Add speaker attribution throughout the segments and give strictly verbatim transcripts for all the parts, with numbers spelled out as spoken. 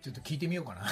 Speaker 1: ちょっと聞いてみようかな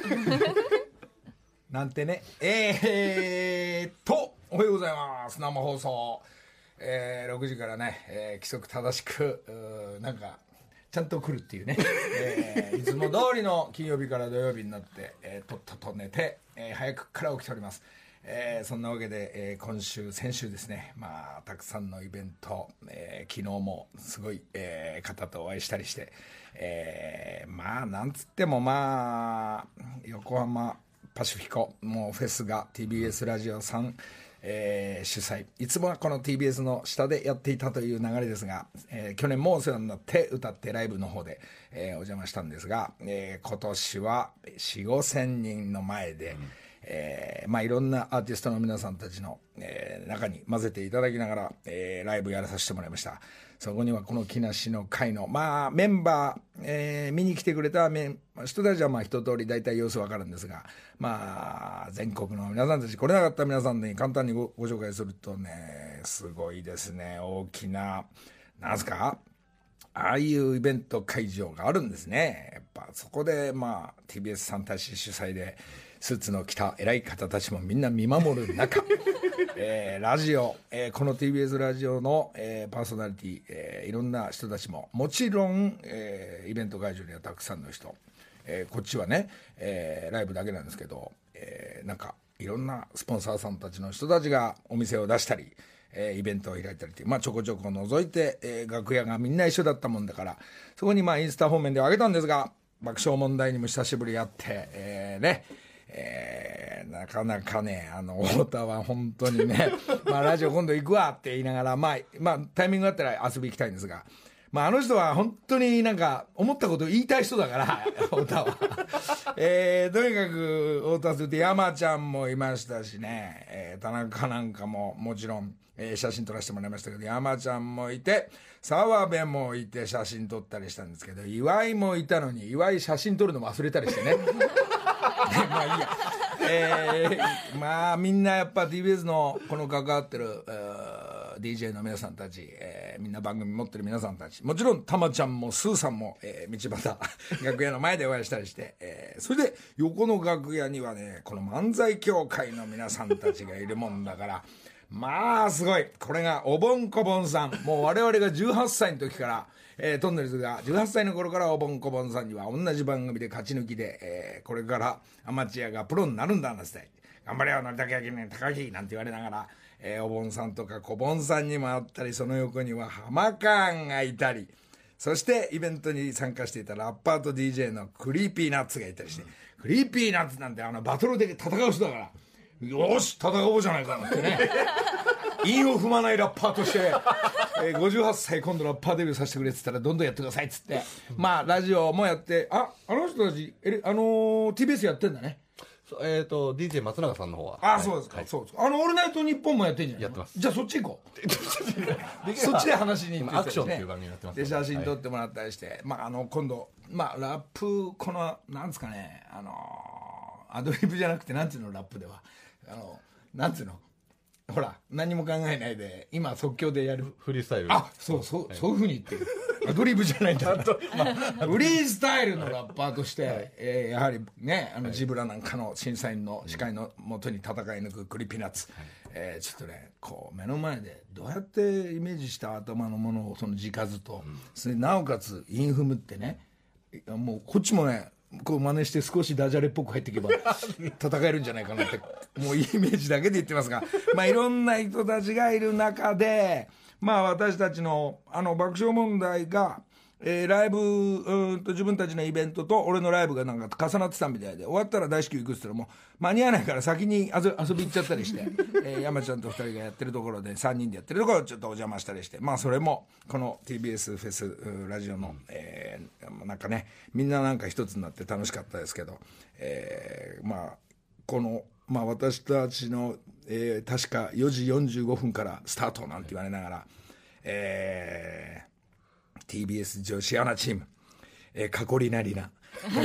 Speaker 1: なんてね。えーっとおはようございます。生放送、えー、ろくじからね、えー、規則正しくなんかちゃんと来るっていうね、えー、いつも通りの金曜日から土曜日になって、えー、とっとと寝て、えー、早くから起きております。えー、そんなわけで、えー、今週先週ですね、まあたくさんのイベント、えー、昨日もすごい、えー、方とお会いしたりして、えー、まあなんつってもまあ横浜パシフィコもうフェスが ティービーエス ラジオさん、えー、主催、いつもはこの ティービーエス の下でやっていたという流れですが、えー、去年もお世話になって歌ってライブの方で、えー、お邪魔したんですが、えー、今年は よん、ごせんにんの前で、うんえーまあ、いろんなアーティストの皆さんたちの、えー、中に混ぜていただきながら、えー、ライブやらさせてもらいました。そこにはこの木梨の会の、まあ、メンバー、えー、見に来てくれた人たちはまあ一通り大体様子わかるんですが、まあ、全国の皆さんたち、来れなかった皆さんに簡単に ご, ご紹介するとね、すごいですね。大きななんすかああいうイベント会場があるんですね。やっぱそこでまあ ティービーエス さんたち主催でスーツの着た偉い方たちもみんな見守る中、えー、ラジオ、えー、この ティービーエス ラジオの、えー、パーソナリティ、えー、いろんな人たちももちろん、えー、イベント会場にはたくさんの人、えー、こっちはね、えー、ライブだけなんですけど、えー、なんかいろんなスポンサーさんたちの人たちがお店を出したり、えー、イベントを開いたりっていう、まあ、ちょこちょこ覗いて、えー、楽屋がみんな一緒だったもんだからそこにまあインスタ方面では上げたんですが、爆笑問題にも久しぶりやって、えー、ねえー、なかなかねあの太田は本当にねまあラジオ今度行くわって言いながら、まあ、まあタイミングがあったら遊び行きたいんですが、まあ、あの人は本当になんか思ったことを言いたい人だから太田は、えー、とにかく太田すると山ちゃんもいましたしね、えー、田中なんかももちろん、えー、写真撮らせてもらいましたけど、山ちゃんもいて澤部もいて写真撮ったりしたんですけど、岩井もいたのに岩井写真撮るの忘れたりしてねまあいいや、えー、まあみんなやっぱ ティービーエス のこの関わってる、えー、ディージェー の皆さんたち、えー、みんな番組持ってる皆さんたち、もちろんたまちゃんもスーさんも、えー、道端楽屋の前でお会いしたりして、えー、それで横の楽屋にはねこの漫才協会の皆さんたちがいるもんだからまあすごい。これがおぼんこぼんさん、もう我々がじゅうはっさいの時から、えー、トンネルズがじゅうはっさいの頃からおぼんこぼんさんには同じ番組で勝ち抜きで、えー、これからアマチュアがプロになるんだなんて言って、頑張れよのりたけやきね高木なんて言われながら、えー、おぼんさんとかこぼんさんにも会ったり、その横にはハマカーンがいたり、そしてイベントに参加していたラッパーと ディージェー のクリーピーナッツがいたりして、クリーピーナッツなんてあのバトルで戦う人だから、よし戦おうじゃないかなってね韻を踏まないラッパーとして、えー、ごじゅうはっさい今度ラッパーデビューさせてくれって言ったらどんどんやってくださいっつって、まあラジオもやって、ああの人たちえあのー、ティービーエス やってんだね。
Speaker 2: えーと ディージェー 松永さんの方は
Speaker 1: あ、はい、そうですか、はい、そうですか。あのオールナイトニッポンもやってんじゃん。
Speaker 2: やってます。
Speaker 1: じゃあそっち行こうそっちで話に行って、ね、
Speaker 2: アクションっていう番組やってます、
Speaker 1: で写真撮ってもらったりして、はい、まああの今度まあラップこのなんですかね、あのー、アドリブじゃなくてなんていうのラップではあのなんていうのほら何も考えないで今即興でやる
Speaker 2: フリースタイル。
Speaker 1: あ、そうそう、はい、そういう風に言ってるアドリブじゃないんだまあ、フリースタイルのラッパーとして、はい、えー、やはりねあのジブラなんかの審査員の司会のもとに戦い抜くクリピーナッツ、はい、えー、ちょっとねこう目の前でどうやってイメージした頭のものをその字数と、うん、それなおかつインフムってね、もうこっちもねこう真似して少しダジャレっぽく入っていけば戦えるんじゃないかなってもうイメージだけで言ってますが、まあいろんな人たちがいる中で、まあ私たちのあの爆笑問題が、えー、ライブうんと自分たちのイベントと俺のライブがなんか重なってたみたいで、終わったら大至急行くって言ったらもう間に合わないから先に遊び行っちゃったりして、えー、山ちゃんとふたりがやってるところでさんにんでやってるところをちょっとお邪魔したりして、まあそれもこの ティービーエス フェスラジオの、えー、なんかねみんななんか一つになって楽しかったですけど、えー、まあこのまあ私たちの、えー、確かよじよんじゅうごふんからスタートなんて言われながら、えー、ティービーエス 女子アナチーム、えー、カコリナリナ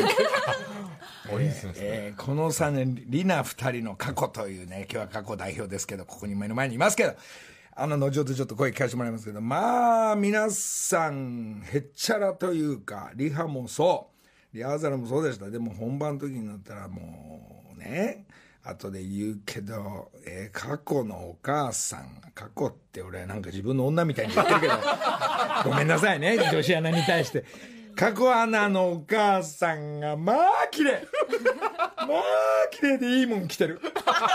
Speaker 1: えー、このさんねんリナふたりの過去というね、今日は過去代表ですけどここに目の前にいますけど、あの後ほどちょっと声聞かせてもらいますけど、まあ皆さんへっちゃらというかリハもそうリハーサルもそうでした。でも本番の時になったらもうね、後で言うけど、えー、過去のお母さん、過去って俺なんか自分の女みたいに言ってるけどごめんなさいね、女子アナに対して。過去アナのお母さんがまあ綺麗まあ綺麗でいいもん着てる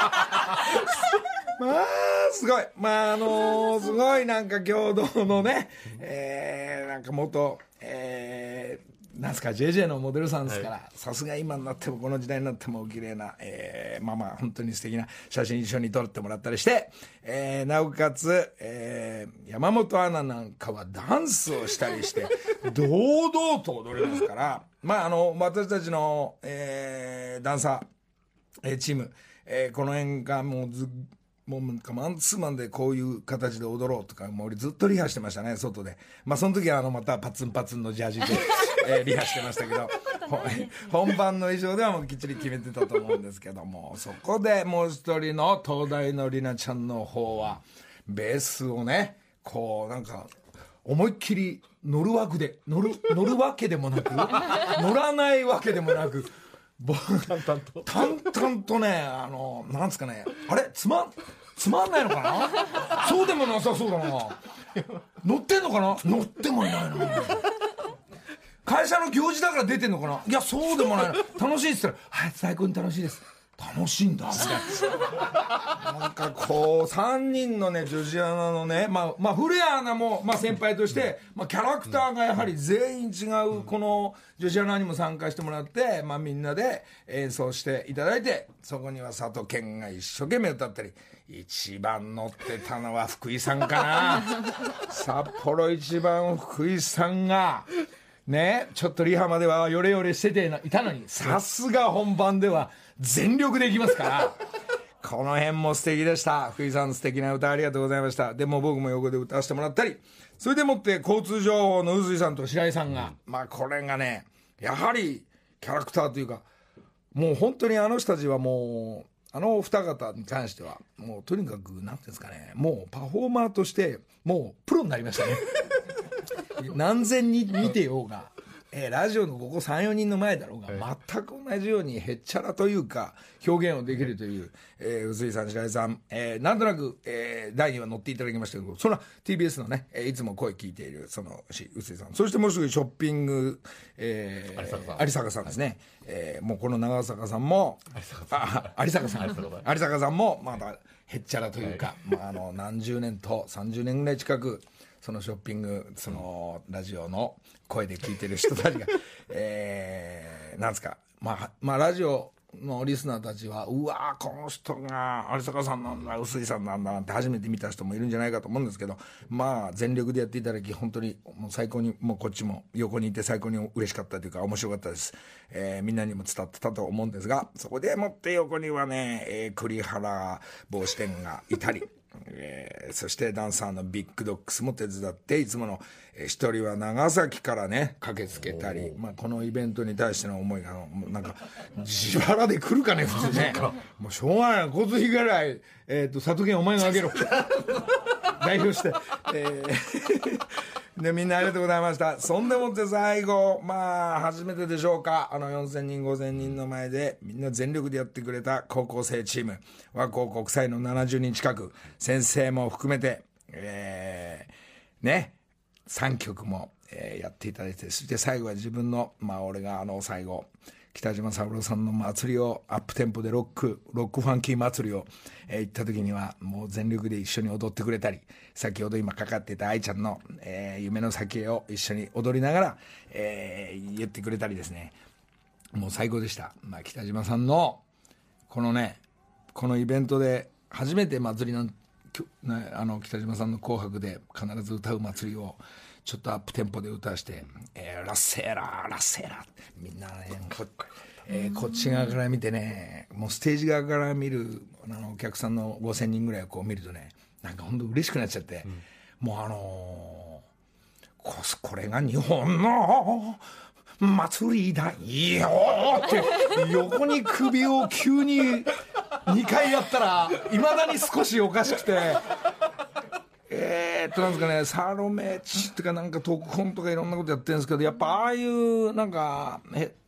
Speaker 1: まあすごい、まああのー、すごいなんか共同のね、えー、なんか元えーなんすか ジェイジェー のモデルさんですからさすが今になってもこの時代になってもお綺麗な、えー、まあまあ本当に素敵な写真一緒に撮ってもらったりして、えー、なおかつ、えー、山本アナなんかはダンスをしたりして堂々と踊れますからまああの私たちの、えー、ダンサー、えー、チーム、えー、この辺がもうずもうなんかマンツーマンでこういう形で踊ろうとかもう俺ずっとリハしてましたね外で。まあその時はあのまたパツンパツンのジャージで、えー、リハしてましたけど本番の衣装ではもうきっちり決めてたと思うんですけども、そこでもう一人の東大のりなちゃんの方はベースをねこうなんか思いっきり乗るわけで乗る乗るわけでもなく乗らないわけでもなく淡々と淡々とね、あのなんですかね、あれつまんつまんないのかなそうでもなさそうだな乗ってんのかな乗ってもいないな会社の行事だから出てんのかないやそうでもないな楽しいっつったらはい最高に楽しいです楽しいんだなんかこうさんにんのね女子アナのね、まあ、まあ古谷アナも、まあ、先輩として、まあ、キャラクターがやはり全員違うこの女子アナにも参加してもらって、まあ、みんなで演奏していただいて、そこには佐藤健が一生懸命歌ったり、一番乗ってたのは福井さんかな札幌一番福井さんがね、ちょっとリハまではヨレヨレしてていたのにさすが本番では全力でいきますからこの辺も素敵でした。福井さん素敵な歌ありがとうございました。でも僕も横で歌わせてもらったり、それでもって交通情報の臼井さんと白井さんが、うん、まあこれがねやはりキャラクターというかもう本当にあの人たちはもうあのお二方に関してはもうとにかくなんていうんですかね、もうパフォーマーとしてもうプロになりましたね何千人見てようが、えー、ラジオのここ さん,よ 人の前だろうが、はい、全く同じようにへっちゃらというか表現をできるという、えー、臼井さん白井さん、えー、なんとなく、えー、第には乗っていただきましたけど、その ティービーエス のね、えー、いつも声聞いているその臼井さん、そしてもうすぐショッピング、えー、有坂さんですね、はい、えー、もうこの長坂さんも有坂さん有坂さんもまだへっちゃらというか、はい、まあ、あの何十年とさんじゅうねんぐらい近くそのショッピングそのラジオの声で聞いてる人たちがえー、なんですか、まあ、まあラジオのリスナーたちはうわーこの人が有坂さんなんだ臼井さんなんだなんて初めて見た人もいるんじゃないかと思うんですけど、まあ全力でやっていただき本当にもう最高に、もうこっちも横にいて最高に嬉しかったというか面白かったです、えー、みんなにも伝わってたと思うんですが、そこでもって横にはね、えー、栗原帽子店がいたりえー、そしてダンサーのビッグドッグスも手伝って、いつもの一、えー、人は長崎からね駆けつけたり、まあ、このイベントに対しての思いがなんか自腹で来るかね普通ねもうしょうがない、交通費ぐらい、えー、と佐藤健お前があげろ代表して、えー、でみんなありがとうございました。そんでもって最後、まあ初めてでしょうか、あのよんせんにんごせんにんの前でみんな全力でやってくれた高校生チーム、和光国際のななじゅうにん近く先生も含めて、えー、ねさんきょくも、えー、やっていただいて、そして最後は自分の、まあ俺があの最後北島三郎さんの祭りをアップテンポでロックロックファンキー祭りを、えー、行った時にはもう全力で一緒に踊ってくれたり、先ほど今かかっていた愛ちゃんの、えー、夢の先を一緒に踊りながら、えー、言ってくれたりですね、もう最高でした。まあ、北島さんのこのねこのイベントで初めて祭りの、ね、あの北島さんの紅白で必ず歌う祭りをちょっとアップテンポで歌わして、えー、ラッセーラーラッセーラーみんなね こ,、えー、こっち側から見てね、もうステージ側から見るあのお客さんのごせんにんぐらいをこう見るとね、なんか本当嬉しくなっちゃって、うん、もうあのー、こ, これが日本の祭りだよって横に首を急ににかいやったらいまだに少しおかしくて、えーっとなんですかね、サロメチってかなんか特コンとかいろんなことやってるんですけど、やっぱああいうなんかえ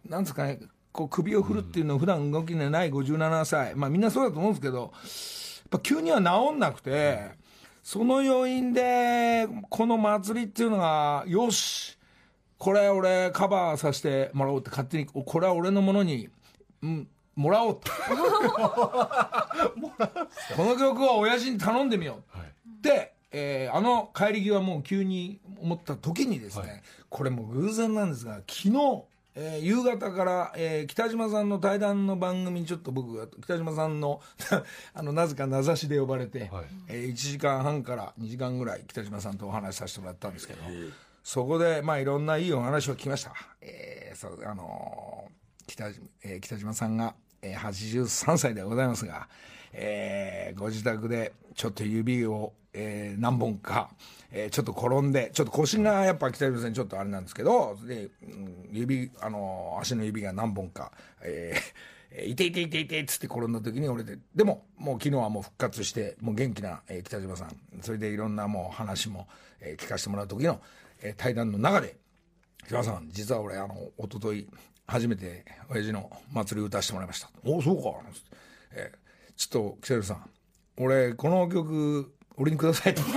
Speaker 1: なんですかね、こう首を振るっていうのを普段動きのないごじゅうななさい、まあ、みんなそうだと思うんですけど、やっぱ急には治んなくて、その要因でこの祭りっていうのが、よしこれ俺カバーさせてもらおうって、勝手にこれは俺のものに、うん、もらおうとこの曲は親父に頼んでみよう、はい、で、えー、あの帰り際もう急に思った時にですね、はい、これもう偶然なんですが、昨日、えー、夕方から、えー、北島さんの対談の番組にちょっと僕が北島さんのあのなぜか名指しで呼ばれて、はい、えー、いちじかんはんからにじかんぐらい北島さんとお話しさせてもらったんですけど、そこでまあいろんないいお話を聞きました。えーそうあのー 北, えー、北島さんが、えー、はちじゅうさんさいでございますが、えー、ご自宅でちょっと指を、えー、何本か、えー、ちょっと転んで、ちょっと腰がやっぱ北島さんちょっとあれなんですけど、で、うん、指、あのー、足の指が何本か、えー、いていていていてっつって転んだ時に折れて、でももう昨日はもう復活してもう元気な、えー、北島さん、それでいろんなもう話も、えー、聞かせてもらう時の、えー、対談の中で、北島さん実は俺あの一昨日初めて親父の祭り歌わせてもらいました。おおそうか、えー、ちょっと北島さん、俺この曲俺にくださいと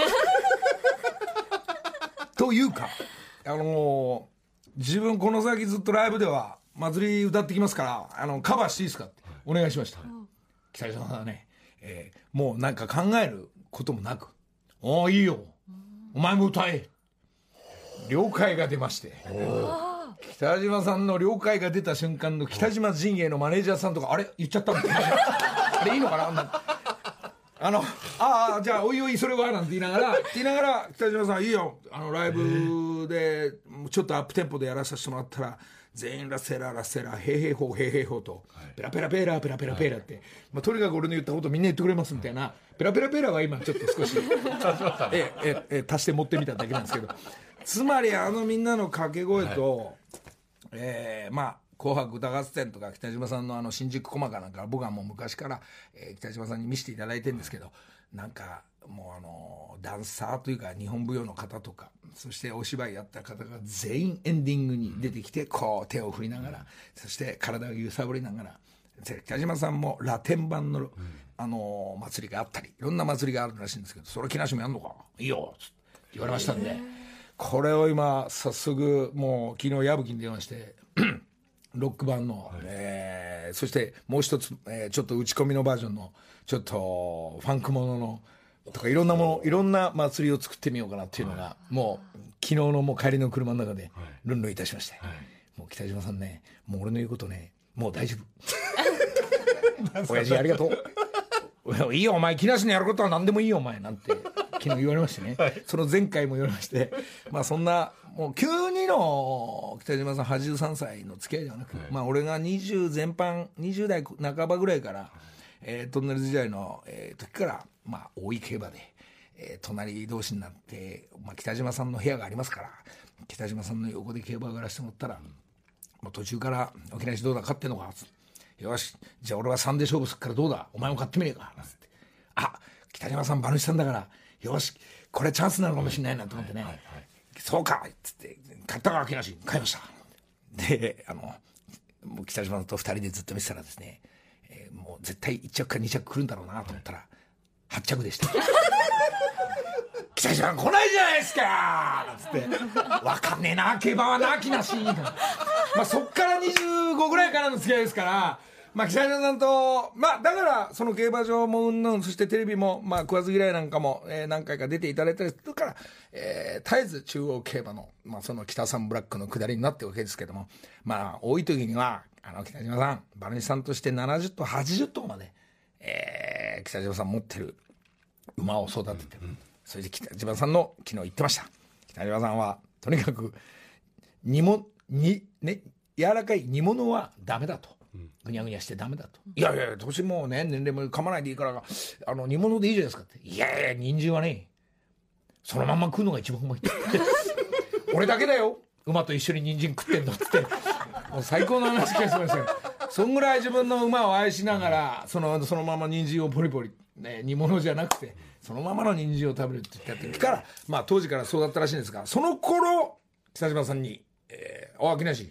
Speaker 1: というか、あのー、自分この先ずっとライブでは祭り歌ってきますから、あのカバーしていいですかってお願いしました、はい、北島さんはね、えー、もうなんか考えることもなく、おおいいよお前も歌え、了解が出まして、北島さんの了解が出た瞬間の北島陣営のマネージャーさんとか、あれ言っちゃったんだあれいいのかな、あのああじゃあおいおいそれはなんて言いながら言いながら北島さんいいよ、あのライブでちょっとアップテンポでやらさせてもらったら全員ラッセララッセラヘイヘイホーヘイヘイホーと、はい、ペラペラペラペラペラペラって、はい、まあ、とにかく俺の言ったことみんな言ってくれますみたいな、ペラペラペラは今ちょっと少しえええ足して持ってみただけなんですけど、つまりあのみんなの掛け声と、はい、えー、まあ紅白歌合戦とか北島さんのあの新宿細かなんか僕はもう昔から、えー、北島さんに見せていただいてるんですけど、なんかもうあのダンサーというか日本舞踊の方とか、そしてお芝居やった方が全員エンディングに出てきてこう手を振りながら、そして体を揺さぶりながら、北島さんもラテン版の、あの祭りがあったり、いろんな祭りがあるらしいんですけど、それ木梨もやんのかいいよって言われましたんで、これを今早速もう昨日矢吹に電話してロック版の、はい、えー、そしてもう一つ、えー、ちょっと打ち込みのバージョンのちょっとファンクもののとかいろんなもの、いろんな祭りを作ってみようかなっていうのが、はい、もう昨日のもう帰りの車の中でルンルンいたしまして、はい、もう北島さんね、もう俺の言うことね、もう大丈夫親父ありがとういいよお前、木梨のやることは何でもいいよお前なんて昨日言われましてね、はい、その前回も言われまして、まあそんなもう急にの北島さんはちじゅうさんさいの付き合いではなく、はい、まあ俺がにじゅう前半にじゅう代半ばぐらいから、はい、えー、トンネル時代の、えー、時からまあ大井競馬で、えー、隣同士になって、まあ、北島さんの部屋がありますから、北島さんの横で競馬をやらせてもらったら、もう途中から沖縄市どうだ勝ってんのか、よしじゃあ俺はさんで勝負するからどうだお前も勝ってみねえかなんつって、あ北島さん馬主さんだからよしこれチャンスなのかもしれないなと思ってね、はいはいはい、そうかっつって買ったか木梨買いました。であのもう北島さんとふたりでずっと見てたらですね、えー、もう絶対いっ着かに着来るんだろうなと思ったら、はい、はち着でした北島さん来ないじゃないですかなんつって分かんねえな競馬はな木梨まあそっからにじゅうごぐらいからの付き合いですから、まあ、北島さんと、まあ、だからその競馬場もうんぬん、そしてテレビも、まあ、食わず嫌いなんかも、えー、何回か出ていただいたりするから、えー、絶えず中央競馬の、まあ、その北さんブラックの下りになってるわけですけども、まあ多い時にはあの北島さん馬主さんとしてななじゅっとうはちじゅっとうまで、えー、北島さん持ってる馬を育ててる、うんうん、それで北島さんの昨日言ってました。北島さんはとにかく煮もに、ね、柔らかい煮物はダメだと、ぐにゃぐにゃしてダメだと、いやいや年もね年齢も噛まないでいいからあの煮物でいいじゃないですかって、いやいや人参はねそのまんま食うのが一番うまいって俺だけだよ馬と一緒に人参食ってんのっつってもう最高の話聞かせてましたよ。そんぐらい自分の馬を愛しながらその、そのまま人参をポリポリ、ね、煮物じゃなくてそのままの人参を食べるって言ってやってから、まあ当時からそうだったらしいんですが、その頃北島さんに、えー、お秋梨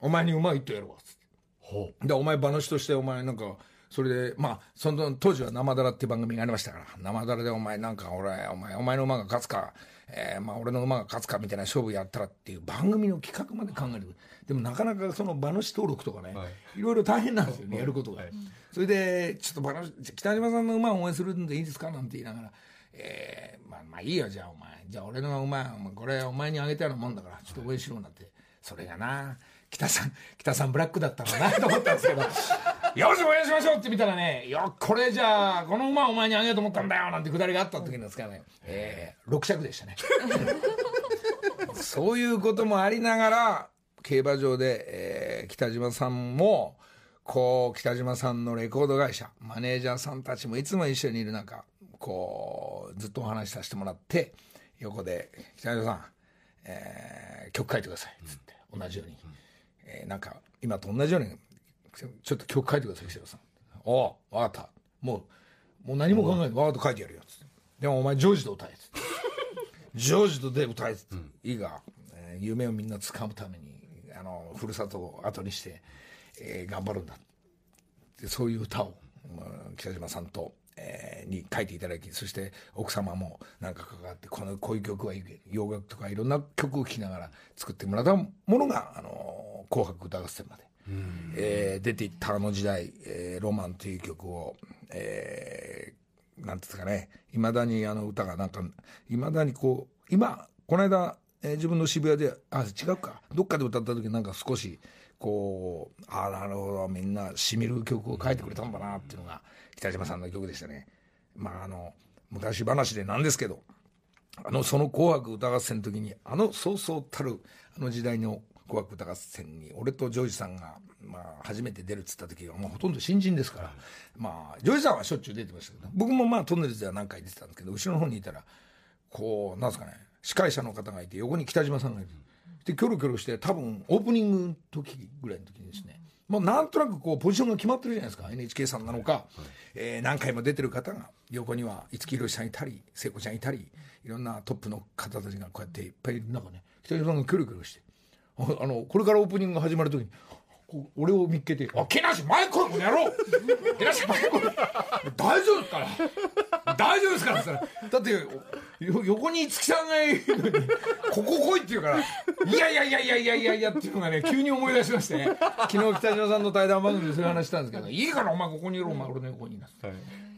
Speaker 1: お前に馬言ってやるわっつって
Speaker 2: ほ
Speaker 1: でお前馬主としてお前なんかそれでまあその当時は生だらっていう番組がありましたから生だらでお前なんか俺お前お前の馬が勝つか、えー、まあ俺の馬が勝つかみたいな勝負やったらっていう番組の企画まで考えてくるでもなかなかその馬主登録とかね、はい、いろいろ大変なんですよね、はい、やることが、はい、それでちょっと馬主北島さんの馬を応援するんでいいですかなんて言いながらえー、まあまあいいよじゃあお前じゃあ俺の馬これお前にあげてあるもんだからちょっと応援しろなんてそれがな北さん北さんブラックだったのなと思ったんですけどよし応援しましょうって見たらねよこれじゃあこの馬お前にあげようと思ったんだよなんてくだりがあった時なんですからね、えー、ろく着でしたねそういうこともありながら競馬場で、えー、北島さんもこう北島さんのレコード会社マネージャーさんたちもいつも一緒にいる中こうずっとお話しさせてもらって横で北島さん、えー、曲書いてくださいっつって、うん、同じように、うんえー、なんか今と同じようにちょっと曲書いてください北島さんおう分かったもうもう何も考えない分かった書いてやるよっつってでもお前ジョージと歌えっつってジョージとで歌えっつって、うん、いいが、えー、夢をみんな掴むためにあのふるさとを後にして、えー、頑張るんだでそういう歌を、まあ、北島さんとえー、に書いていただきそして奥様もなんか関わってこのこういう曲はいい洋楽とかいろんな曲を聴きながら作ってもらったものが、あのー、紅白歌合戦まで、えー、出ていったあの時代、えー、ロマンという曲を、えー、なんですかねいまだにあの歌がなんかいまだにこう今この間、えー、自分の渋谷であ違うかどっかで歌った時なんか少しこうああなるほどみんなしみる曲を書いてくれたんだなっていうのが北島さんの曲でしたね。まああの昔話でなんですけどあのその紅白歌合戦の時にあのそうそうたるあの時代の紅白歌合戦に俺とジョージさんが、まあ、初めて出るっつった時は、まあ、ほとんど新人ですから、まあジョージさんはしょっちゅう出てましたけど僕もまあトンネルズでは何回出てたんですけど後ろの方にいたらこうなんですかね司会者の方がいて横に北島さんがいてでキョロキョロして多分オープニングの時ぐらいの時にですねもうなんとなくこうポジションが決まってるじゃないですか エヌエイチケー さんなのか、はいえー、何回も出てる方が横には五木ひろしさんいたり聖子ちゃんいたりいろんなトップの方たちがこうやっていっぱいいる中ね北島さんがキョロキョロしてああのこれからオープニングが始まる時にこう俺を見っけて「あ木梨前来いこの野郎木梨前来い大丈夫ですから大丈夫ですから」って言ったらだってよ横に五木さんがいるのにここ来いって言うから「いやいやいやいやいやいやいや」っていうのがね急に思い出しましてね昨日北島さんの対談番組でそういう話したんですけど「いいからお前ここにいろお前俺の横にいな」はい、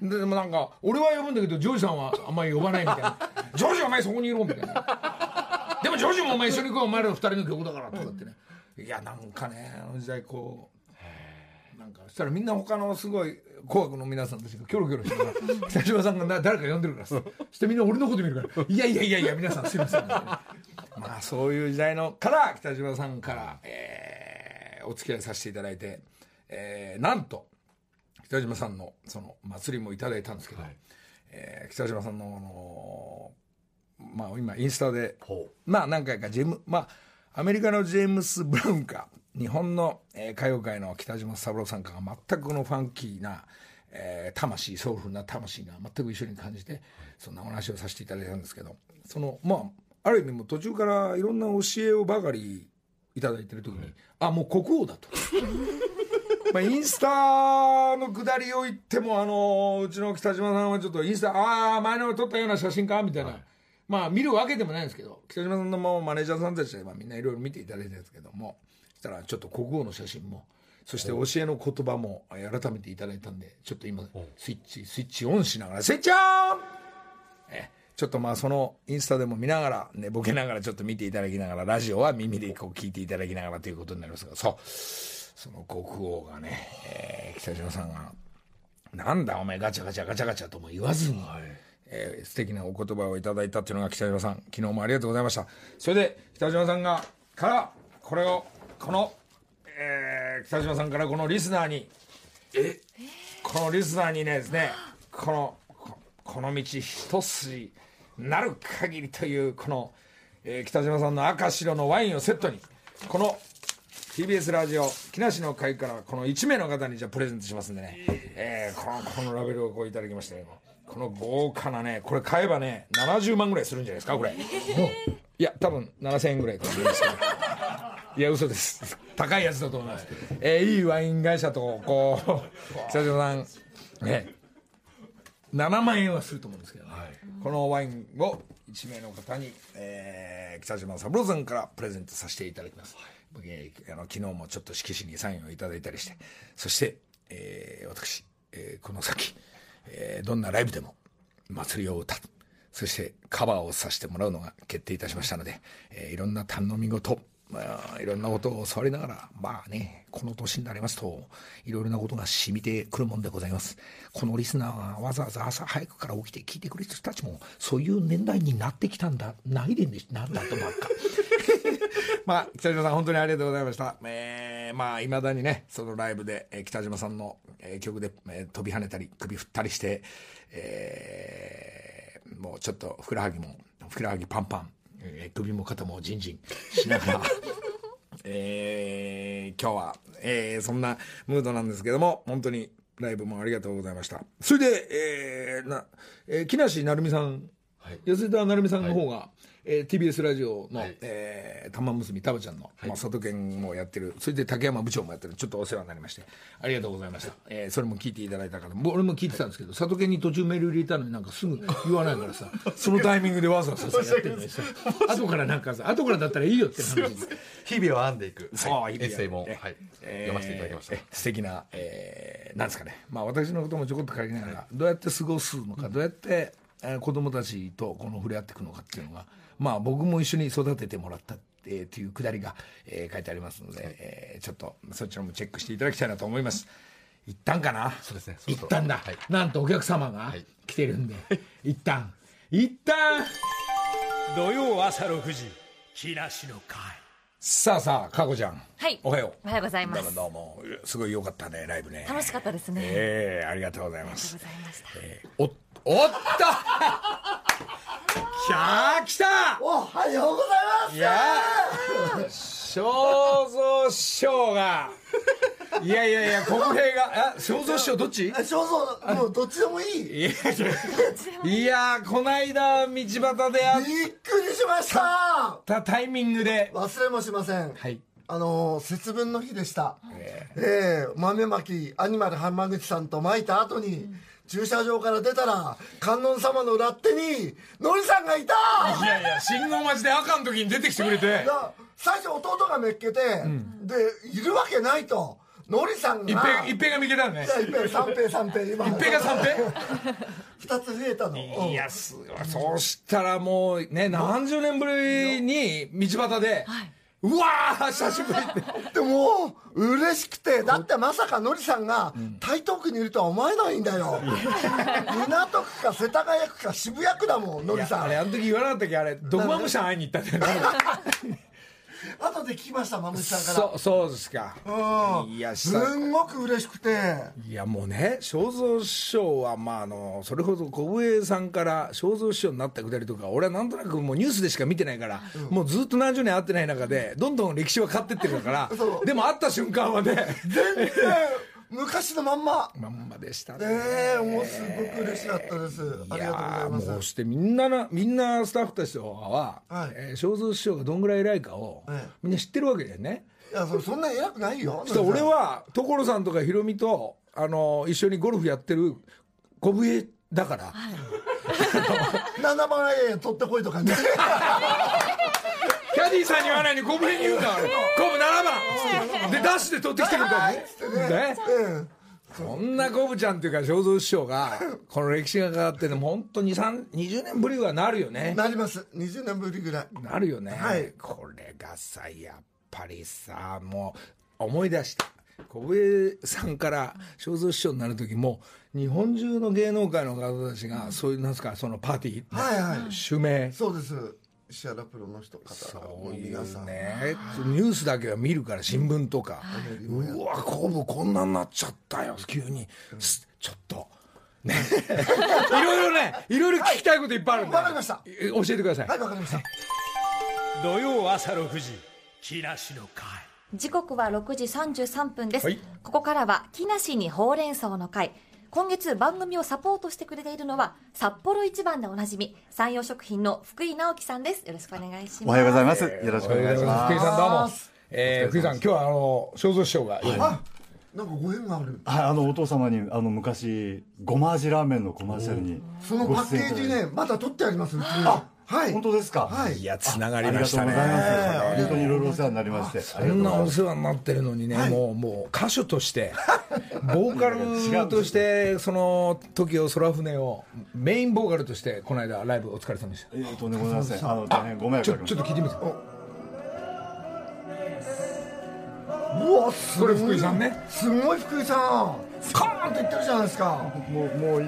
Speaker 1: でもなんか俺は呼ぶんだけどジョージさんはあんまり呼ばないみたいな「ジョージお前そこにいろ」みたいなでもジョージもお前一緒に行こうお前らの二人の曲だからとかってねいやなんかねあの時代こうなんかそしたらみんな他のすごい紅白の皆さんたちがキョロキョロしてから北島さんが誰か呼んでるからそしてみんな俺のこと見るからいやいやいやいや皆さんすいません、ね、まあそういう時代のから北島さんから、えー、お付き合いさせていただいて、えー、なんと北島さんのその祭りもいただいたんですけど、はいえー、北島さんの、あのー、まあ今インスタでまあ何回かジェムまあアメリカのジェームス・ブラウンか日本の、えー、歌謡界の北島三郎さんかが全くこのファンキーな、えー、魂ソウルフルな魂が全く一緒に感じてそんなお話をさせていただいたんですけどそのまあある意味も途中からいろんな教えをばかりいただいてる時に、はい、あもう国王だとまあインスタの下りを言ってもあのうちの北島さんはちょっとインスタああ前の撮ったような写真かみたいな、はいまあ見るわけでもないんですけど北島さんのマネージャーさんたちでみんないろいろ見ていただいてるんですけどもそしたらちょっと国王の写真もそして教えの言葉も改めていただいたんでちょっと今スイッチスイッチオンしながらスイッチオンえちょっとまあそのインスタでも見ながらねボケながらちょっと見ていただきながらラジオは耳でこう聞いていただきながらということになりますがそうその国王がね、えー、北島さんがなんだお前ガチャガチャガチャガチャとも言わずに、はいえー、素敵なお言葉をいただいたっていうのが北島さん昨日もありがとうございましたそれで北島さんがからこれをこの、えー、北島さんからこのリスナーにえこのリスナーにねですねこのここの道一筋なる限りというこの、えー、北島さんの赤白のワインをセットにこの ティービーエス ラジオ木梨の会からこのいち名の方にじゃあプレゼントしますんでね、えー、このこのラベルをこういただきましてこの豪華なねこれ買えばねななじゅうまんぐらいするんじゃないですかこれいや多分ななせんえんぐらいと思うんですけどいや嘘です。高いやつだと思います、えー、いいワイン会社とこう北島さんねななまんえんはすると思うんですけど、ねはい、このワインをいちめいの方に、えー、北島三郎さんからプレゼントさせていただきます、はい、えー、あの昨日もちょっと色紙にサインをいただいたりして、そして、えー、私、えー、この先、えー、どんなライブでも祭りを歌う、そしてカバーをさせてもらうのが決定いたしましたので、えー、いろんな頼み事、まあ、いろんなことを教わりながら、まあね、この年になりますといろいろなことが染みてくるもんでございます。このリスナーがわざわざ朝早くから起きて聞いてくれる人たちもそういう年代になってきたんだ、ないでなんだとばっかまあ北島さん本当にありがとうございました。えー、まあいまだにねそのライブで、えー、北島さんの、えー、曲で、えー、飛び跳ねたり首振ったりして、えー、もうちょっとふくらはぎもふくらはぎパンパン、えー、首も肩もジンジンしながらえー、今日は、えー、そんなムードなんですけども、本当にライブもありがとうございました。それで、えーなえー、木梨成美さん、はい、安田成美さんの方が、はい、えー、ティービーエス ラジオの、はい、えー、玉結びたばちゃんの、はい、まあ、里犬もやってる、それで竹山部長もやってる、ちょっとお世話になりましてありがとうございました、はい、えー、それも聞いていただいた方も俺も聞いてたんですけど、はい、里犬に途中メール入れたのになんかすぐ言わないからさそのタイミングでわざわざさやってるのにさ後からなんかさ後からだったらいいよって話
Speaker 2: 日々を編んでいく、
Speaker 1: はい、
Speaker 2: エッセイも、はい、えー、読ませていただきました。
Speaker 1: 素敵な、えー、なんですかね、まあ、私のこともちょこっと書きながら、はい、どうやって過ごすのか、どうやって、えー、子供たちとこの触れ合っていくのかっていうのが、まあ、僕も一緒に育ててもらったっていうくだりが、えー、書いてありますので、はい、えー、ちょっとそちらもチェックしていただきたいなと思います。一旦かな、
Speaker 2: そうですね、
Speaker 1: 一旦だ、はい、なんとお客様が来てるんで、はい、一旦一旦土曜朝ろくじ木梨の会。さあさあ、かこちゃん、
Speaker 3: はい、
Speaker 1: おはよう。
Speaker 3: おはようございます。
Speaker 1: どうもどうも、すごい良かったねライブね。
Speaker 3: 楽しかったですね。
Speaker 1: ええー、ありがとうございます。
Speaker 3: ありがとうございました。
Speaker 1: えー、おおったきゃー来た。
Speaker 4: おはようございます。
Speaker 1: いや正蔵師匠がいやいやいや国平があ正蔵師匠どっち？
Speaker 4: 正蔵もうどっちでもいい。
Speaker 1: いやいやこないだ道端でやっ
Speaker 4: びっくりしました
Speaker 1: たタイミングで
Speaker 4: 忘れもしません。
Speaker 1: はい、
Speaker 4: あのー、節分の日でした。えー、えー、豆まきアニマル浜口さんとまいた後に、うん、駐車場から出たら観音様の裏手にのりさんがいた。
Speaker 1: いやいや信号待ちで赤の時に出てきてくれて
Speaker 4: 最初弟がめっけて、うん、でいるわけないとのりさんが
Speaker 1: 一平一平が見けたのね。
Speaker 4: 一平三平三平今
Speaker 1: 一平が三平
Speaker 4: 二つ増えたの。
Speaker 1: いやすごい。そうしたらもうね何十年ぶりに道端で、はい、うわー久しぶりって
Speaker 4: でも嬉しくて、だってまさかのりさんが台東区にいるとは思えないんだよ。港区か世田谷区か渋谷区だもんのりさん。
Speaker 1: あれあの時言わなかったっけ、あれドクマムシャン会いに行ったんだよね。
Speaker 4: 後で聞きましたマムシさんから。
Speaker 1: そそうですか。
Speaker 4: うん、いやすんごく嬉しくて。
Speaker 1: いやもうね正蔵師匠はまああのそれほど小笛さんから正蔵師匠になったくだりとか俺はなんとなくもうニュースでしか見てないから、うん、もうずっと何十年会ってない中でどんどん歴史は変わってってるからでも会った瞬間はね
Speaker 4: 全然昔のまんま
Speaker 1: まんまでしたね。
Speaker 4: ええー、もうすごく嬉しかったです。ありがとうございます。
Speaker 1: もうしてみんななみんなスタッフたちとは、はい、えー、正蔵師匠がどんぐらい偉いかを、はい、みんな知ってるわけだよね。
Speaker 4: いや そ, そんな偉くないよ。
Speaker 1: そ俺は所さんとかひろみとあの一緒にゴルフやってる小笛だから、はい、
Speaker 4: ななまんえん取ってこいとかね。
Speaker 1: キャディーさんに言わないに小笛に言うんだ。コブななばんでダッシュで取ってきてくれたのね。ね、そんなコブちゃんっていうか正蔵師匠がこの歴史が変わってでも本当ににじゅうねんぶりはなるよね。
Speaker 4: なります。にじゅうねんぶりぐらい
Speaker 1: なるよね、
Speaker 4: はい、
Speaker 1: これがさやっぱりさもう思い出した小笛さんから正蔵師匠になる時も日本中の芸能界の方たちがそういうなんですかそのパーティー、
Speaker 4: はいはい、
Speaker 1: 襲名。
Speaker 4: そうです。石原プロの人方
Speaker 1: そういうねニュースだけは見るから新聞とか、はい、うわコブこんなになっちゃったよ急に、うん、ちょっとねいろいろねいろいろ聞きたいこといっぱいあるんで、
Speaker 4: はい、分かりました。
Speaker 1: 教えてください。
Speaker 4: はい分かりました。
Speaker 1: 土曜朝ろくじ木梨の会。
Speaker 3: 時刻はろくじさんじゅうさんぷんです、はい、ここからは木梨にほうれん草の会。今月番組をサポートしてくれているのは札幌一番でおなじみ山陽食品の福井直樹さんです。よろしくお願いします。
Speaker 2: おはようございます。よろしくお願いします。
Speaker 1: 福井さんどうも。 えー、福井さん今日はあの正蔵師匠が、
Speaker 4: あ、なんかご縁がある。
Speaker 5: はい、あのお父様にあの昔ごま味ラーメンのコマーシャルに
Speaker 4: そのパッケージね、まだ取ってあります。うちに。あ、はい。
Speaker 5: 本当ですか。
Speaker 4: はい。
Speaker 1: いやつながり
Speaker 5: ありがとう
Speaker 1: ましたね。
Speaker 5: ございます。本当にいろいろお世話になりまして。
Speaker 1: そんなお世話になってるのにね、もうもう歌手としてボーカルとしてその時を空船をメインボーカルとしてこの間ライブお疲れ様でした。
Speaker 5: えー、とんでもございません。あの大変ご迷惑
Speaker 1: ちょ
Speaker 5: かけました。
Speaker 1: ちょっと聞いてみて。
Speaker 4: うわ、すごい。
Speaker 1: これ福井さんね。
Speaker 4: すごい福井さん。カーンと言ってるじゃないですか。
Speaker 5: もうもういいです。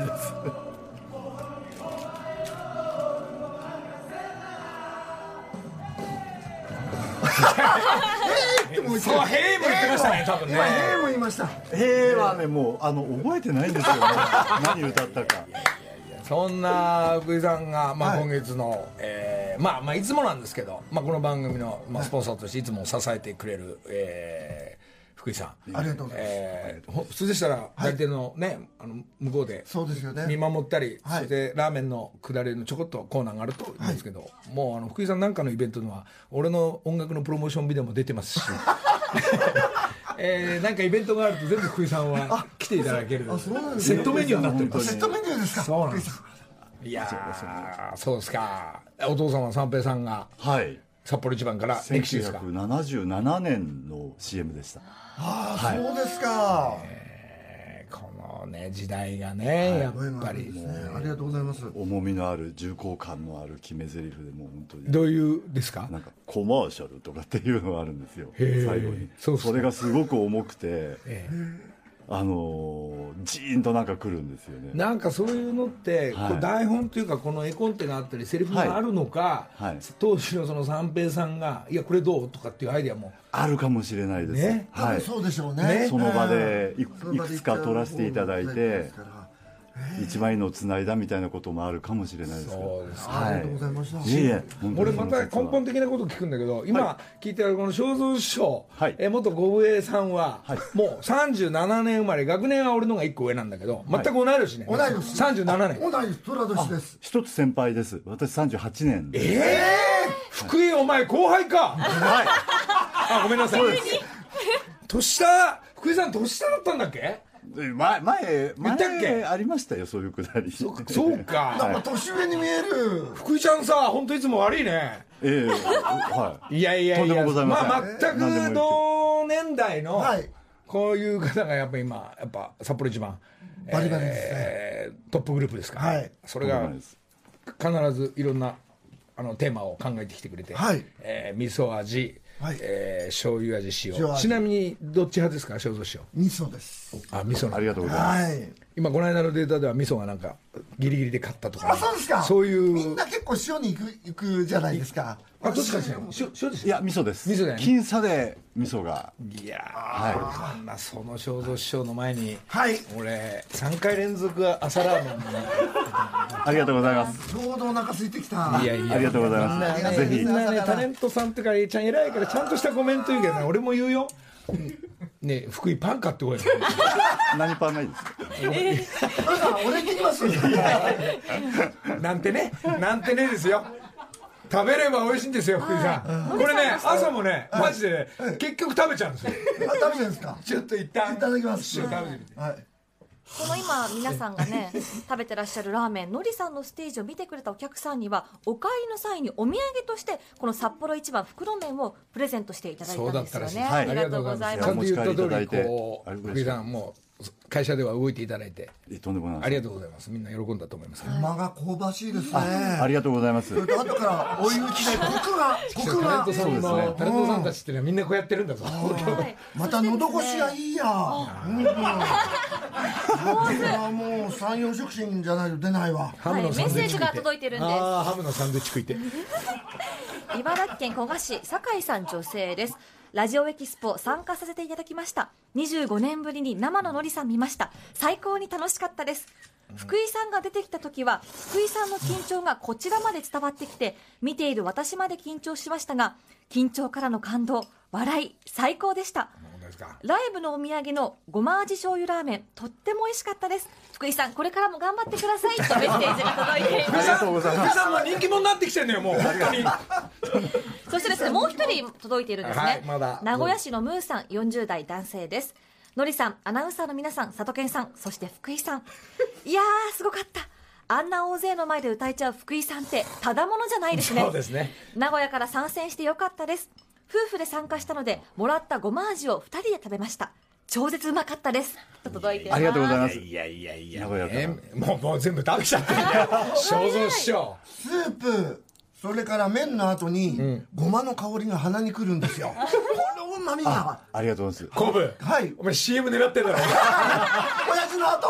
Speaker 1: そう、へえも言ってましたね、多分ね。
Speaker 4: 今、へえも言いました。
Speaker 5: へえはね、もうあの覚えてないんですよね。何歌ったか。
Speaker 1: そんな福井さんが、まあ、
Speaker 4: はい
Speaker 1: 今月の、えーまあまあいつもなんですけど、まあ、この番組の、まあ、スポンサーとしていつも支えてくれる、えー福井さん、
Speaker 4: ありがとうございます。
Speaker 1: えーほ普通でしたら左手のね、あの向こうで
Speaker 4: そうですよね。
Speaker 1: 見守ったり、
Speaker 4: はい
Speaker 1: そしてラーメンの下りのちょこっとコーナーがあると思うんですけど、もうあの福井さんなんかのイベントには俺の音楽のプロモーションビデオも出てますし、えー、なんかイベントがあると全部福井さんは来ていただける
Speaker 4: あそうなんですね
Speaker 1: セットメニューになっております。
Speaker 4: セットメニューですか。
Speaker 1: そうなんです
Speaker 4: 福井さん。
Speaker 1: いやーそうですか。お父様三平さんが
Speaker 5: はい。
Speaker 1: 札幌一番から歴史ですか。
Speaker 5: せんきゅうひゃくななじゅうななねんの シーエム でした。
Speaker 4: ああ、そうですか。
Speaker 1: えーこのね時代がね、やっぱり
Speaker 4: ね、ありがとうございます。
Speaker 5: 重みのある重厚感のある決め台詞でもう本当に。
Speaker 1: どういうですか。
Speaker 5: なんかコマーシャルとかっていうのがあるんですよ。
Speaker 1: へー
Speaker 5: 最後に。
Speaker 1: そうっすか
Speaker 5: それがすごく重くて、
Speaker 1: え
Speaker 5: あのージーンとなんか来るんですよね。
Speaker 1: なんかそういうのって、
Speaker 5: はい
Speaker 1: こう台本というかこの絵コンテがあったりセリフがあるのか、
Speaker 5: はいはい
Speaker 1: 当時のその三平さんがいやこれどうとかっていうアイデアも
Speaker 5: あるかもしれないです。
Speaker 1: ね
Speaker 5: はい。
Speaker 4: そうでしょうね。
Speaker 1: ね
Speaker 5: その場でい
Speaker 4: その場で
Speaker 5: いくつか撮らせていただいて
Speaker 4: ですから
Speaker 5: 一枚のつないだみたいなこともあるかもしれないですけど。
Speaker 1: そうですね
Speaker 5: はい。
Speaker 4: ありがとうございました。
Speaker 5: いえいえ、本当
Speaker 1: 俺
Speaker 5: に
Speaker 1: また根本的なこと聞くんだけど今聞いてあるこの正蔵師匠、
Speaker 5: はい
Speaker 1: え元五武衛さんは、
Speaker 5: はい
Speaker 1: もうさんじゅうななねん生まれ、学年は俺のがいっこ上なんだけど全く同い年ね、
Speaker 4: 同い年
Speaker 1: さんじゅうななねん。
Speaker 4: 同い年、虎年です。
Speaker 5: 一つ先輩です。私さんじゅうはちねんで。
Speaker 1: ええー、福井お前後輩か。
Speaker 5: はい。
Speaker 1: あごめんなさい。年下、福井さん年下だったんだっけ。
Speaker 5: で前前
Speaker 1: 言ったっけ
Speaker 5: 前ありましたよ、そういうくだり。
Speaker 1: そそうか、
Speaker 4: なんか年上に見える。
Speaker 1: 福井ちゃんさ本当いつも悪いね。
Speaker 5: ええはい
Speaker 1: やいやいや、
Speaker 5: とんでもございません
Speaker 1: あ全く同年代の
Speaker 4: はい
Speaker 1: こういう方がやっぱ今やっぱ札幌一番
Speaker 4: バリバリですね
Speaker 1: えートップグループですから、
Speaker 4: はい
Speaker 1: それが
Speaker 5: とんでもないです
Speaker 1: 必ずいろんなあのテーマを考えてきてくれて、
Speaker 4: はい
Speaker 1: えー味噌味、
Speaker 4: はい
Speaker 1: えー醤油味塩。
Speaker 4: 塩味
Speaker 1: ちなみにどっち派ですか、正蔵師匠。
Speaker 4: 味噌です。
Speaker 1: あ味噌な
Speaker 5: ありがとうございます。
Speaker 4: はい。
Speaker 1: 今この間のデータでは味噌がなんかギリギリで買ったとかね、
Speaker 4: あ、そうですか。
Speaker 1: そういう
Speaker 4: みんな結構塩に行く行くじゃないですか。
Speaker 1: あどっちかですね塩塩です
Speaker 5: いや味噌です。
Speaker 1: 味噌だよね
Speaker 5: 僅差で味噌が。
Speaker 1: いやー、こんなその正蔵師匠の前に、
Speaker 4: はい。
Speaker 1: 俺さんかい連続朝ラーメンに
Speaker 5: ありがとうございます。
Speaker 4: ちょうどお腹空いてきた。
Speaker 1: いやいや
Speaker 5: ありがとうございます
Speaker 1: みんなね
Speaker 5: ぜひ
Speaker 1: みんなねタレントさんってからちゃん偉いからちゃんとしたコメント言うけどね、俺も言うよ。うんねえ福井パン買ってこいよ。
Speaker 5: 何パンがいいですか。
Speaker 4: それさん俺切りますよ。
Speaker 1: なんてねなんてねですよ。食べれば美味しいんですよ福井さん。これね朝もねマジでね結局食べちゃうんですよ。
Speaker 4: あ、食べてるんですか。
Speaker 1: ちょっと一旦
Speaker 4: いただきます。
Speaker 1: 一緒に食べてみて。
Speaker 4: はい。
Speaker 3: この今皆さんがね食べてらっしゃるラーメンのりさんのステージを見てくれたお客さんにはお帰りの際にお土産としてこの札幌一番袋麺をプレゼントしていただいたんですよね。
Speaker 5: はい
Speaker 3: ありがとうございます。
Speaker 1: ちゃんと言った通り
Speaker 5: お持ち帰りいただいて
Speaker 1: こう
Speaker 5: ありがとうございます
Speaker 1: 福井さんも会社では動いていただいて
Speaker 5: とんでもないです。
Speaker 1: ありがとうございます。みんな喜んだと思います。
Speaker 4: 間が香ばしいですね。
Speaker 5: ありがとうございます。
Speaker 4: それと後から追い打ちでコクがコクが
Speaker 1: タレントさん
Speaker 5: そうです
Speaker 1: の
Speaker 5: ね
Speaker 1: タレントさんたちっていうのはみんなこうやってるんだぞ。
Speaker 3: はい
Speaker 4: また喉越しがいいや。うんうん。これはもう三四食品じゃないと出ないわ。
Speaker 1: ハムのサンドイッチ食いて
Speaker 3: はいメッセージが届いてるんです
Speaker 1: ああハムのサンドイッチ食いて。
Speaker 3: 茨城県古河市酒井さん女性です。ラジオエキスポ参加させていただきました。にじゅうごねんぶりに生ののりさん見ました。最高に楽しかったです。福井さんが出てきた時は福井さんの緊張がこちらまで伝わってきて見ている私まで緊張しましたが緊張からの感動笑い最高でした。ライブのお土産のごま味醤油ラーメンとっても美味しかったです。福井さんこれからも頑張ってくださいとメッセージが届いています。
Speaker 5: ありがとうございます。
Speaker 1: 福井さんも人気者になってきてんのよもう本当に。
Speaker 3: そしてですね、もう一人届いているんですね、
Speaker 1: はいまだ
Speaker 3: 名古屋市のムーさん、よんじゅう代男性です。のりさん、アナウンサーの皆さん、佐藤健さん、そして福井さん、いやーすごかった。あんな大勢の前で歌えちゃう福井さんってただものじゃないですね。
Speaker 1: そうですね。
Speaker 3: 名古屋から参戦してよかったです。夫婦で参加したのでもらったごま味をふたりで食べました。超絶うまかったですと届いています。
Speaker 5: ありがとうございます
Speaker 1: いやいやいや
Speaker 5: 名古屋から
Speaker 1: えもうもう全部食べちゃってるよ正蔵師匠。
Speaker 4: スープそれから麺の後に、ごまの香りが鼻にくるんですよ。このうまみが
Speaker 5: ありがとうございます。
Speaker 1: コブ、
Speaker 4: はい
Speaker 1: お前 シーエム 狙ってんだろ
Speaker 4: 親父の後